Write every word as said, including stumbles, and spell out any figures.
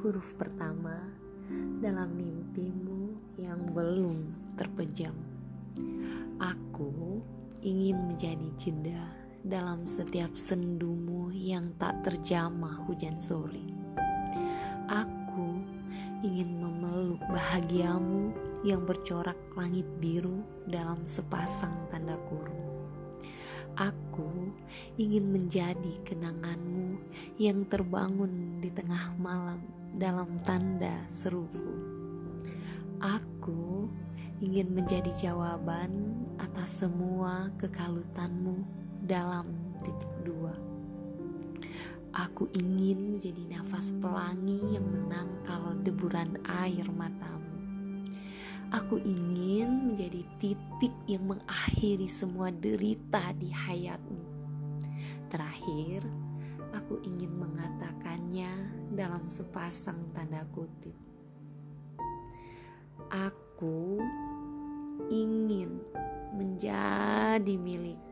huruf pertama dalam mimpimu yang belum terpejam. Aku ingin menjadi jeda dalam setiap sendumu yang tak terjamah hujan sore. Aku ingin memeluk bahagiamu yang bercorak langit biru dalam sepasang tanda kurung. Aku ingin menjadi kenanganmu yang terbangun di tengah malam dalam tanda seruku. Aku ingin menjadi jawaban atas semua kekalutanmu dalam titik dua. Aku ingin menjadi nafas pelangi yang menangkal deburan air matamu. Aku ingin menjadi titik yang mengakhiri semua derita di hayatmu. Terakhir, aku ingin mengatakannya dalam sepasang tanda kutip. Aku ingin menjadi milik